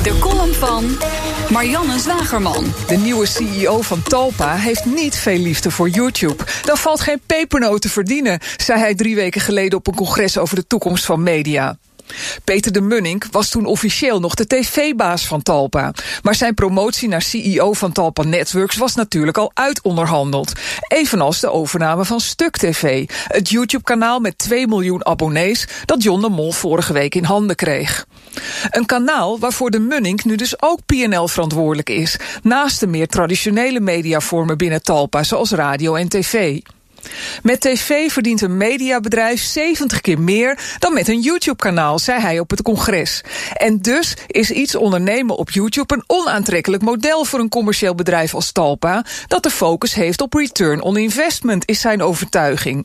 De column van Marianne Zwagerman. De nieuwe CEO van Talpa heeft niet veel liefde voor YouTube. Daar valt geen pepernoot te verdienen, zei hij 3 weken geleden op een congres over de toekomst van media. Peter de Munnik was toen officieel nog de tv-baas van Talpa. Maar zijn promotie naar CEO van Talpa Networks was natuurlijk al uitonderhandeld. Evenals de overname van Stuk TV, het YouTube-kanaal met 2 miljoen abonnees dat John de Mol vorige week in handen kreeg. Een kanaal waarvoor de Munnik nu dus ook P&L verantwoordelijk is, naast de meer traditionele mediavormen binnen Talpa, zoals radio en tv. Met tv verdient een mediabedrijf 70 keer meer dan met een YouTube-kanaal, zei hij op het congres. En dus is iets ondernemen op YouTube een onaantrekkelijk model voor een commercieel bedrijf als Talpa, dat de focus heeft op return on investment, is zijn overtuiging.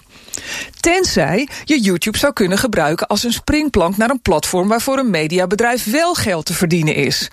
Tenzij je YouTube zou kunnen gebruiken als een springplank naar een platform waarvoor een mediabedrijf wel geld te verdienen is.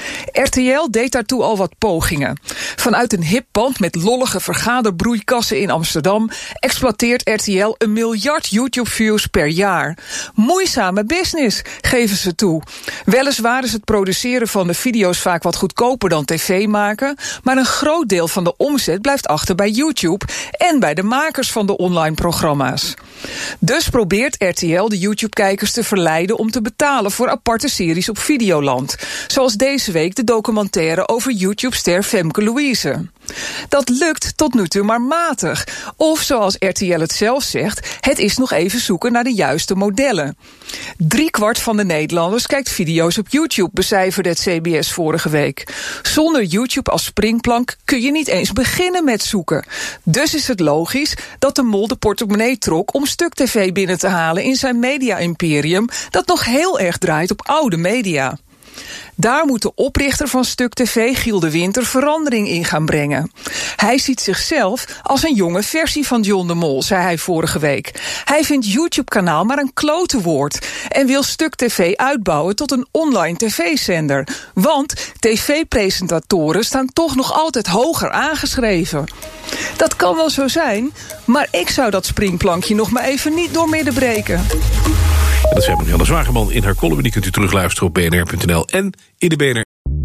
RTL deed daartoe al wat pogingen. Vanuit een hip pand met lollige vergaderbroeikassen in Amsterdam exploiteert RTL 1 miljard YouTube-views per jaar. Moeizame business, geven ze toe. Weliswaar is het produceren van de video's vaak wat goedkoper dan tv maken, maar een groot deel van de omzet blijft achter bij YouTube en bij de makers van de online programma's. Dus probeert RTL de YouTube-kijkers te verleiden om te betalen voor aparte series op Videoland. Zoals deze week de documentaire over YouTube-ster Femke Louise. Dat lukt tot nu toe maar matig. Of zoals RTL het zelf zegt, het is nog even zoeken naar de juiste modellen. 3/4 van de Nederlanders kijkt video's op YouTube, becijferde het CBS vorige week. Zonder YouTube als springplank kun je niet eens beginnen met zoeken. Dus is het logisch dat de Mol de portemonnee trok om Stuk TV binnen te halen in zijn media-imperium dat nog heel erg draait op oude media. Daar moet de oprichter van Stuk TV, Giel de Winter, verandering in gaan brengen. Hij ziet zichzelf als een jonge versie van John de Mol, zei hij vorige week. Hij vindt YouTube-kanaal maar een klote woord en wil Stuk TV uitbouwen tot een online tv-zender. Want tv-presentatoren staan toch nog altijd hoger aangeschreven. Dat kan wel zo zijn, maar ik zou dat springplankje nog maar even niet doormidden breken. En dat zei Marianne Zwagerman in haar column. Die kunt u terugluisteren op bnr.nl en in de BNR.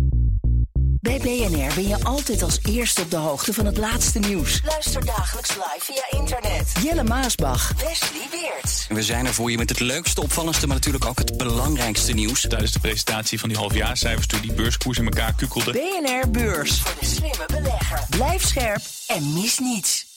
Bij BNR ben je altijd als eerste op de hoogte van het laatste nieuws. Luister dagelijks live via internet. Jelle Maasbach, Wesley Weerts. We zijn er voor je met het leukste, opvallendste, maar natuurlijk ook het belangrijkste nieuws. Tijdens de presentatie van die halfjaarcijfers toen die beurskoers in elkaar kukkelde. BNR Beurs. Voor de slimme belegger. Blijf scherp en mis niets.